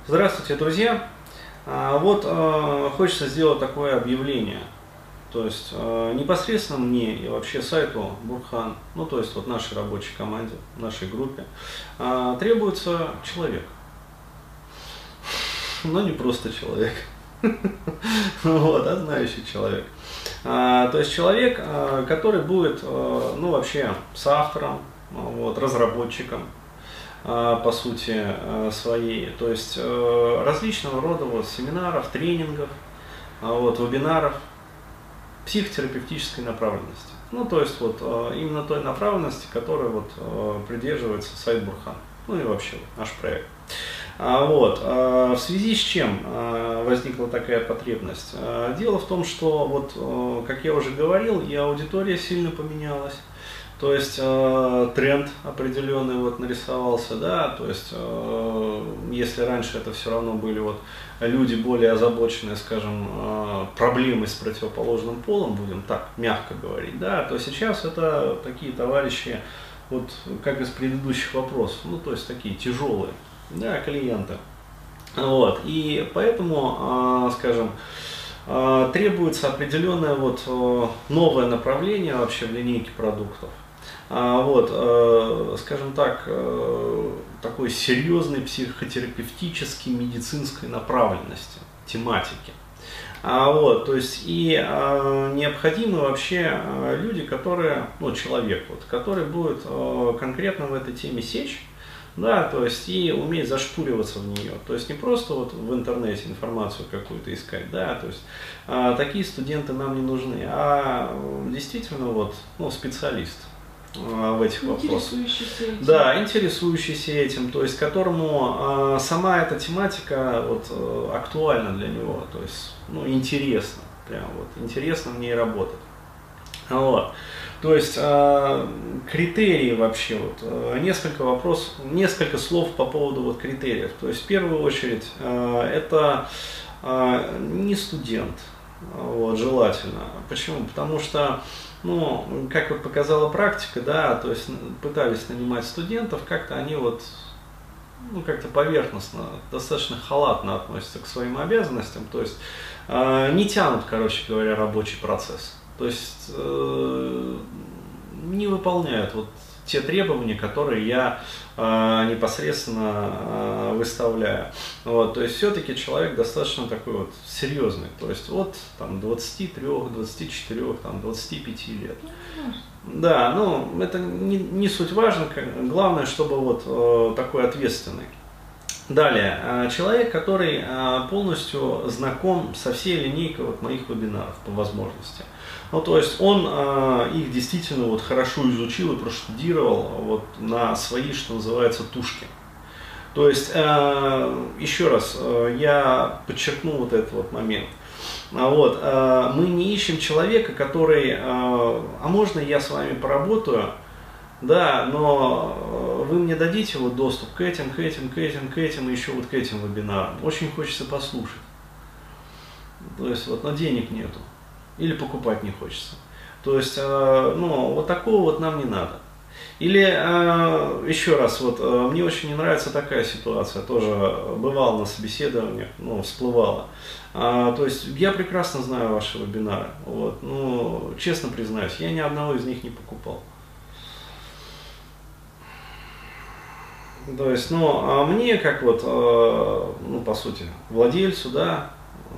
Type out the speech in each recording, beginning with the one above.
Здравствуйте, друзья! Хочется сделать такое объявление. То есть непосредственно мне и вообще сайту Бурхан, ну то есть вот нашей рабочей команде, нашей группе, требуется человек. Но не просто человек, а знающий человек. То есть человек, который будет, ну вообще, соавтором, разработчиком, по сути своей, то есть различного рода семинаров, тренингов, вебинаров психотерапевтической направленности. Ну, то есть именно той направленности, которой придерживается сайт Бурхан, ну и вообще наш проект. В связи с чем возникла такая потребность? Дело в том, что, как я уже говорил, и аудитория сильно поменялась. То есть тренд определенный нарисовался, да, то есть если раньше это все равно были люди более озабоченные, скажем, проблемой с противоположным полом, будем так мягко говорить, да, то сейчас это такие товарищи, как из предыдущих вопросов, ну то есть такие тяжелые, да, клиенты, и поэтому, скажем, требуется определенное новое направление вообще в линейке продуктов. Скажем так, такой серьезной психотерапевтической медицинской направленности, тематики. То есть необходимы вообще люди, которые, человек, который будет конкретно в этой теме сечь, да, то есть и уметь зашпуриваться в нее, то есть не просто в интернете информацию какую-то искать, да, то есть такие студенты нам не нужны, а действительно специалист в этих вопросах. Да, интересующийся этим, то есть которому сама эта тематика актуальна для него, то есть интересно, прям интересно в ней работать. То есть критерии вообще, несколько слов по поводу критериев. То есть в первую очередь это не студент, желательно. Почему? Потому что, как показала практика, да, то есть пытались нанимать студентов, как-то они как-то поверхностно, достаточно халатно относятся к своим обязанностям, то есть не тянут, короче говоря, рабочий процесс. То есть не выполняют те требования, которые я непосредственно выставляю. То есть все-таки человек достаточно такой серьезный, то есть от 23, 24, 25 лет. Да, это не суть важно, главное, чтобы такой ответственный. Далее, человек, который полностью знаком со всей линейкой моих вебинаров по возможности. То есть он их действительно хорошо изучил и проштудировал на свои, что называется, тушки. То есть, еще раз, я подчеркну этот момент. Мы не ищем человека, который, а можно я с вами поработаю, да, но вы мне дадите доступ к этим, и еще к этим вебинарам. Очень хочется послушать. То есть, но денег нету. Или покупать не хочется. То есть, такого нам не надо. Или, еще раз, мне очень не нравится такая ситуация, тоже бывало на собеседованиях, всплывала. То есть, я прекрасно знаю ваши вебинары, честно признаюсь, я ни одного из них не покупал. То есть, мне, как по сути, владельцу, да,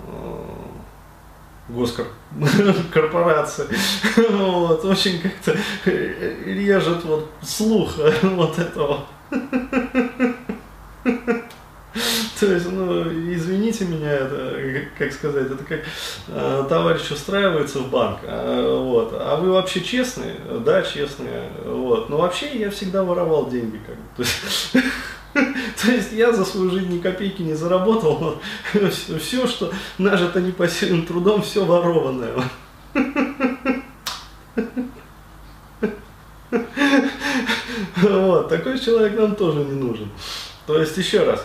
госкорпорации, очень как-то режет слух этого. То есть, извините меня, это, как сказать, это как товарищ устраивается в банк, а вы вообще честные? Да, честные, но вообще я всегда воровал деньги, То есть я за свою жизнь ни копейки не заработал, но все, что нажито непосильным трудом, все ворованное. Такой человек нам тоже не нужен. То есть еще раз,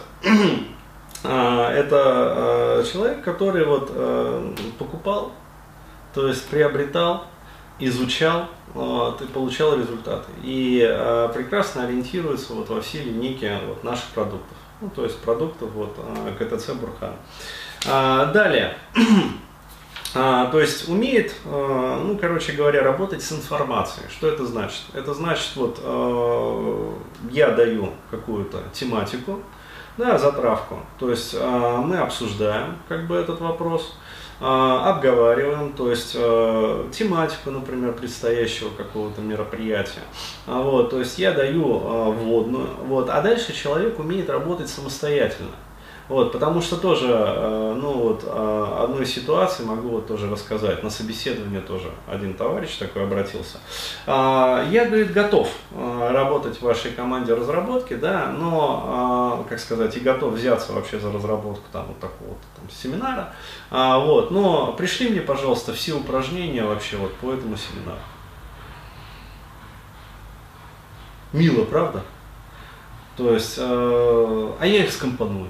это человек, который покупал, то есть приобретал, изучал, и получал результаты. И прекрасно ориентируется во всей линейке наших продуктов. ну, то есть продуктов вот, КТЦ Бурхан. Далее. То есть умеет, ну, короче говоря, работать с информацией. Что это значит? Это значит, вот я даю какую-то тематику, да, затравку. То есть мы обсуждаем как бы этот вопрос, обговариваем, то есть тематику, например, предстоящего какого-то мероприятия. Вот, то есть я даю вводную, вот, а дальше человек умеет работать самостоятельно. Вот, потому что тоже, ну вот, одной ситуации могу вот тоже рассказать. На собеседование тоже один товарищ такой обратился. Я, говорит, готов работать в вашей команде разработки, да, но, как сказать, и готов взяться вообще за разработку там вот такого там семинара. Вот, но пришли мне, пожалуйста, все упражнения вообще вот по этому семинару. Мило, правда? То есть, а я их скомпоную.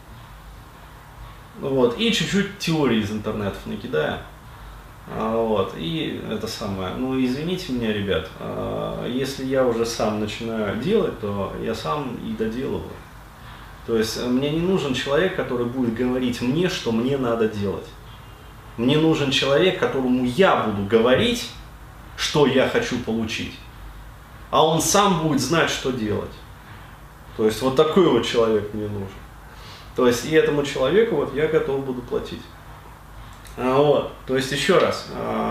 Вот, и чуть-чуть теории из интернетов накидаю. Вот, и это самое. Ну, извините меня, ребят, если я уже сам начинаю делать, то я сам и доделываю. То есть мне не нужен человек, который будет говорить мне, что мне надо делать. Мне нужен человек, которому я буду говорить, что я хочу получить. А он сам будет знать, что делать. То есть вот такой вот человек мне нужен. То есть и этому человеку вот я готов буду платить. Вот. То есть еще раз,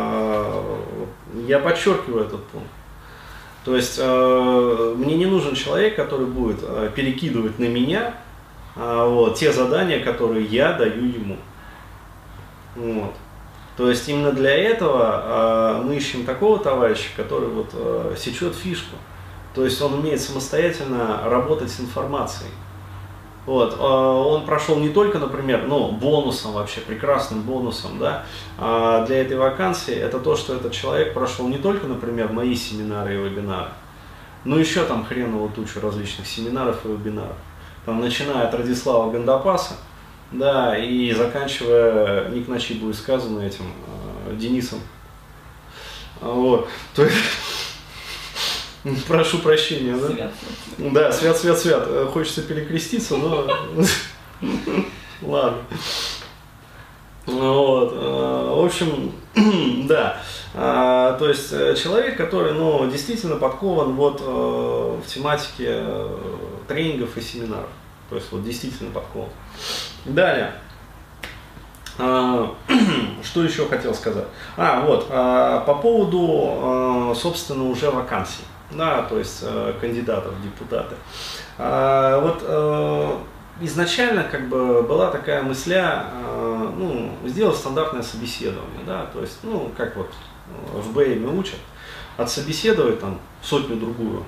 я подчеркиваю этот пункт. То есть мне не нужен человек, который будет перекидывать на меня вот, те задания, которые я даю ему. Вот. То есть именно для этого мы ищем такого товарища, который вот сечет фишку. То есть он умеет самостоятельно работать с информацией. Вот, он прошел не только, например, ну, бонусом вообще, прекрасным бонусом, да, для этой вакансии, это то, что этот человек прошел не только, например, мои семинары и вебинары, но еще там хреновую тучу различных семинаров и вебинаров. Там, начиная от Радислава Гандапаса, да, и заканчивая, не к ночи будет сказано этим, Денисом. Вот, то есть... Прошу прощения, да? Свят. Да, свят. Хочется перекреститься, но ладно. Вот. В общем, да. То есть человек, который, ну, действительно подкован вот в тематике тренингов и семинаров. То есть вот действительно подкован. Далее. Что еще хотел сказать? Вот, по поводу, собственно, уже вакансий. Да, то есть кандидатов в депутаты. Вот изначально как бы была такая мысля, ну, сделать стандартное собеседование, да, то есть, ну, как вот в БЭМе учат, отсобеседовать там сотню-другую.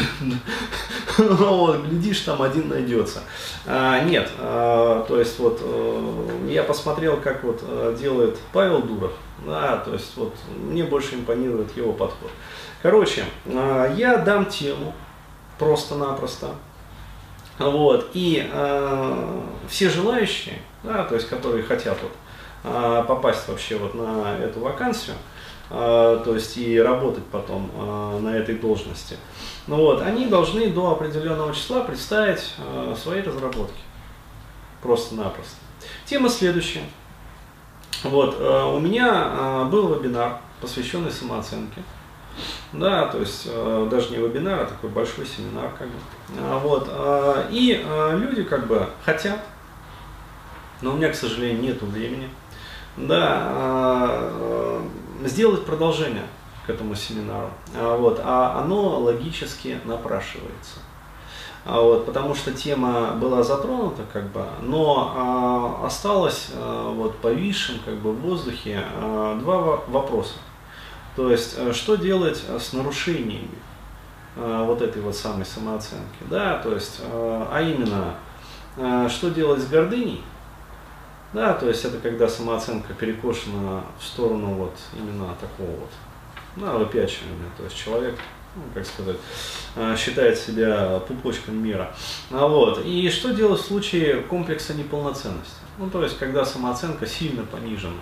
Вот, глядишь, там один найдется. Нет, то есть вот я посмотрел, как вот делает Павел Дуров, да, то есть вот мне больше импонирует его подход. Короче, я дам тему просто-напросто, вот, и все желающие, да, то есть которые хотят вот, попасть вообще вот на эту вакансию, то есть и работать потом на этой должности, ну вот, они должны до определенного числа представить свои разработки. Просто-напросто. Тема следующая. Вот, у меня был вебинар, посвященный самооценке. Да, то есть даже не вебинар, а такой большой семинар, как бы. Вот, и люди как бы хотят, но у меня, к сожалению, нет времени, да, сделать продолжение к этому семинару, вот, а оно логически напрашивается. Вот, потому что тема была затронута, как бы, но осталось вот, повисшим как бы, в воздухе два вопроса. То есть, что делать с нарушениями вот этой вот самой самооценки, да, то есть, а именно, что делать с гордыней, да, то есть, это когда самооценка перекошена в сторону вот именно такого вот, ну, выпячивания, то есть, человек, ну, как сказать, считает себя пупочком мира, вот, и что делать в случае комплекса неполноценности, ну, то есть, когда самооценка сильно понижена,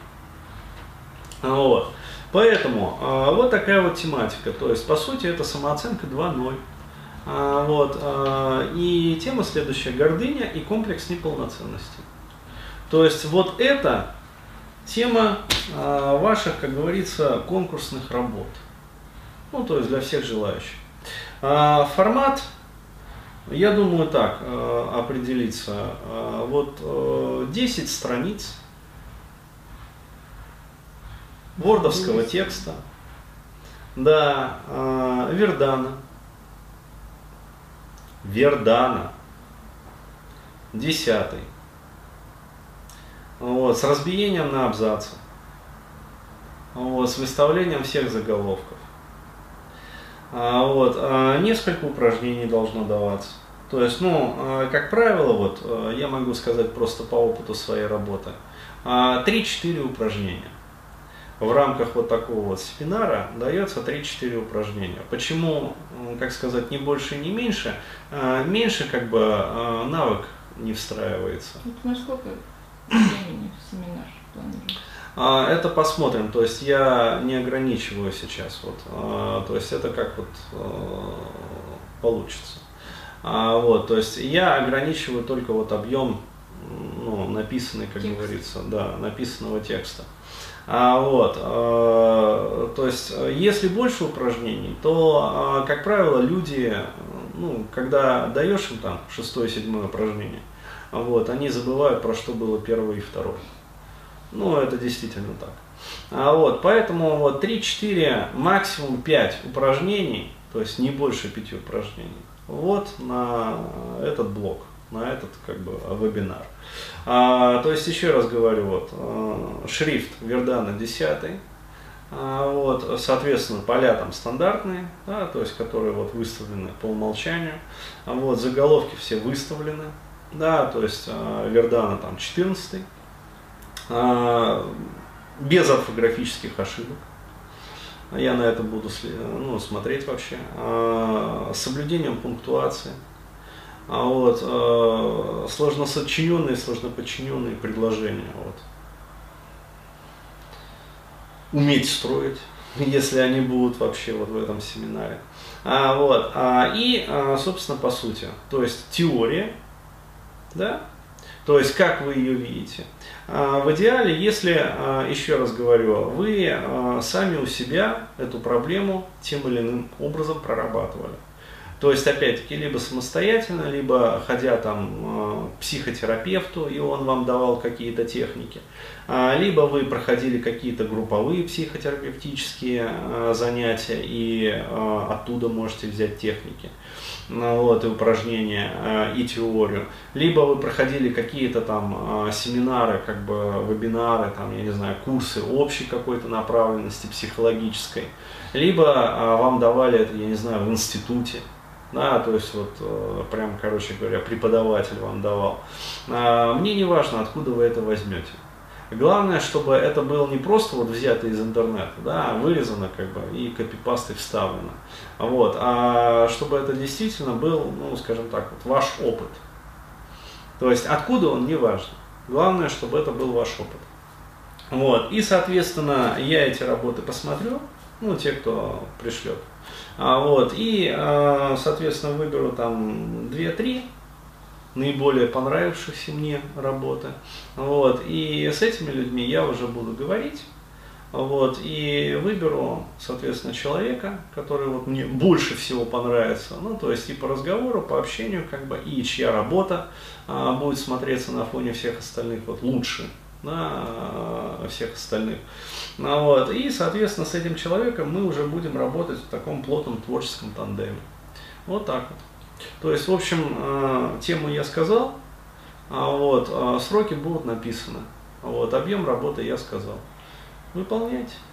вот. Поэтому вот такая вот тематика, то есть по сути это самооценка 2.0, И тема следующая: гордыня и комплекс неполноценности. То есть вот это тема ваших, как говорится, конкурсных работ. Ну, то есть для всех желающих. Формат, я думаю, так определиться. Вот 10 страниц вордовского текста, да, Вердана, 10, вот, с разбиением на абзацы, вот, с выставлением всех заголовков. Несколько упражнений должно даваться. То есть, как правило, вот, я могу сказать просто по опыту своей работы, 3-4 упражнения. В рамках вот такого вот семинара дается 3-4 упражнения. Почему, как сказать, не больше, не меньше? Меньше как бы навык не встраивается. На сколько времени семинар планируется? Это посмотрим, то есть я не ограничиваю сейчас, вот, то есть это как вот получится. То есть я ограничиваю только вот объем, написанный, как говорится, да, написанного текста. То есть, если больше упражнений, то, как правило, люди, когда даешь им там 6-7 упражнение, они забывают, про что было 1 и 2. Это действительно так. Поэтому 3-4, максимум 5 упражнений, то есть не больше 5 упражнений, на этот блок, на этот как бы вебинар. То есть, еще раз говорю, шрифт Вердана 10, соответственно, поля там стандартные, да, то есть, которые выставлены по умолчанию, заголовки все выставлены, да, то есть, Вердана там 14, без орфографических ошибок. Я на это буду смотреть вообще. С соблюдением пунктуации. Сложносочиненные, сложноподчиненные предложения. Уметь строить, если они будут вообще в этом семинаре. Собственно, по сути, то есть теория, да, то есть как вы ее видите. В идеале, если, еще раз говорю, вы сами у себя эту проблему тем или иным образом прорабатывали. То есть, опять-таки, либо самостоятельно, либо ходя там к психотерапевту, и он вам давал какие-то техники, либо вы проходили какие-то групповые психотерапевтические занятия, и оттуда можете взять техники, и упражнения, и теорию, либо вы проходили какие-то там семинары, как бы вебинары, там, я не знаю, курсы общей какой-то направленности психологической, либо вам давали это, я не знаю, в институте. Да, то есть прям, короче говоря, преподаватель вам давал. Мне не важно, откуда вы это возьмете. Главное, чтобы это было не просто взято из интернета, да, вырезано как бы и копипастой вставлено. А чтобы это действительно был, скажем так, ваш опыт. То есть откуда он, не важно. Главное, чтобы это был ваш опыт. И, соответственно, я эти работы посмотрю, те, кто пришлет. Соответственно, выберу там 2-3 наиболее понравившихся мне работы. И с этими людьми я уже буду говорить. И выберу, соответственно, человека, который мне больше всего понравится. То есть и по разговору, по общению, как бы, и чья работа будет смотреться на фоне всех остальных лучше. Всех остальных. И, соответственно, с этим человеком мы уже будем работать в таком плотном творческом тандеме. Вот так вот. То есть, в общем, тему я сказал, сроки будут написаны, объем работы я сказал. Выполняйте.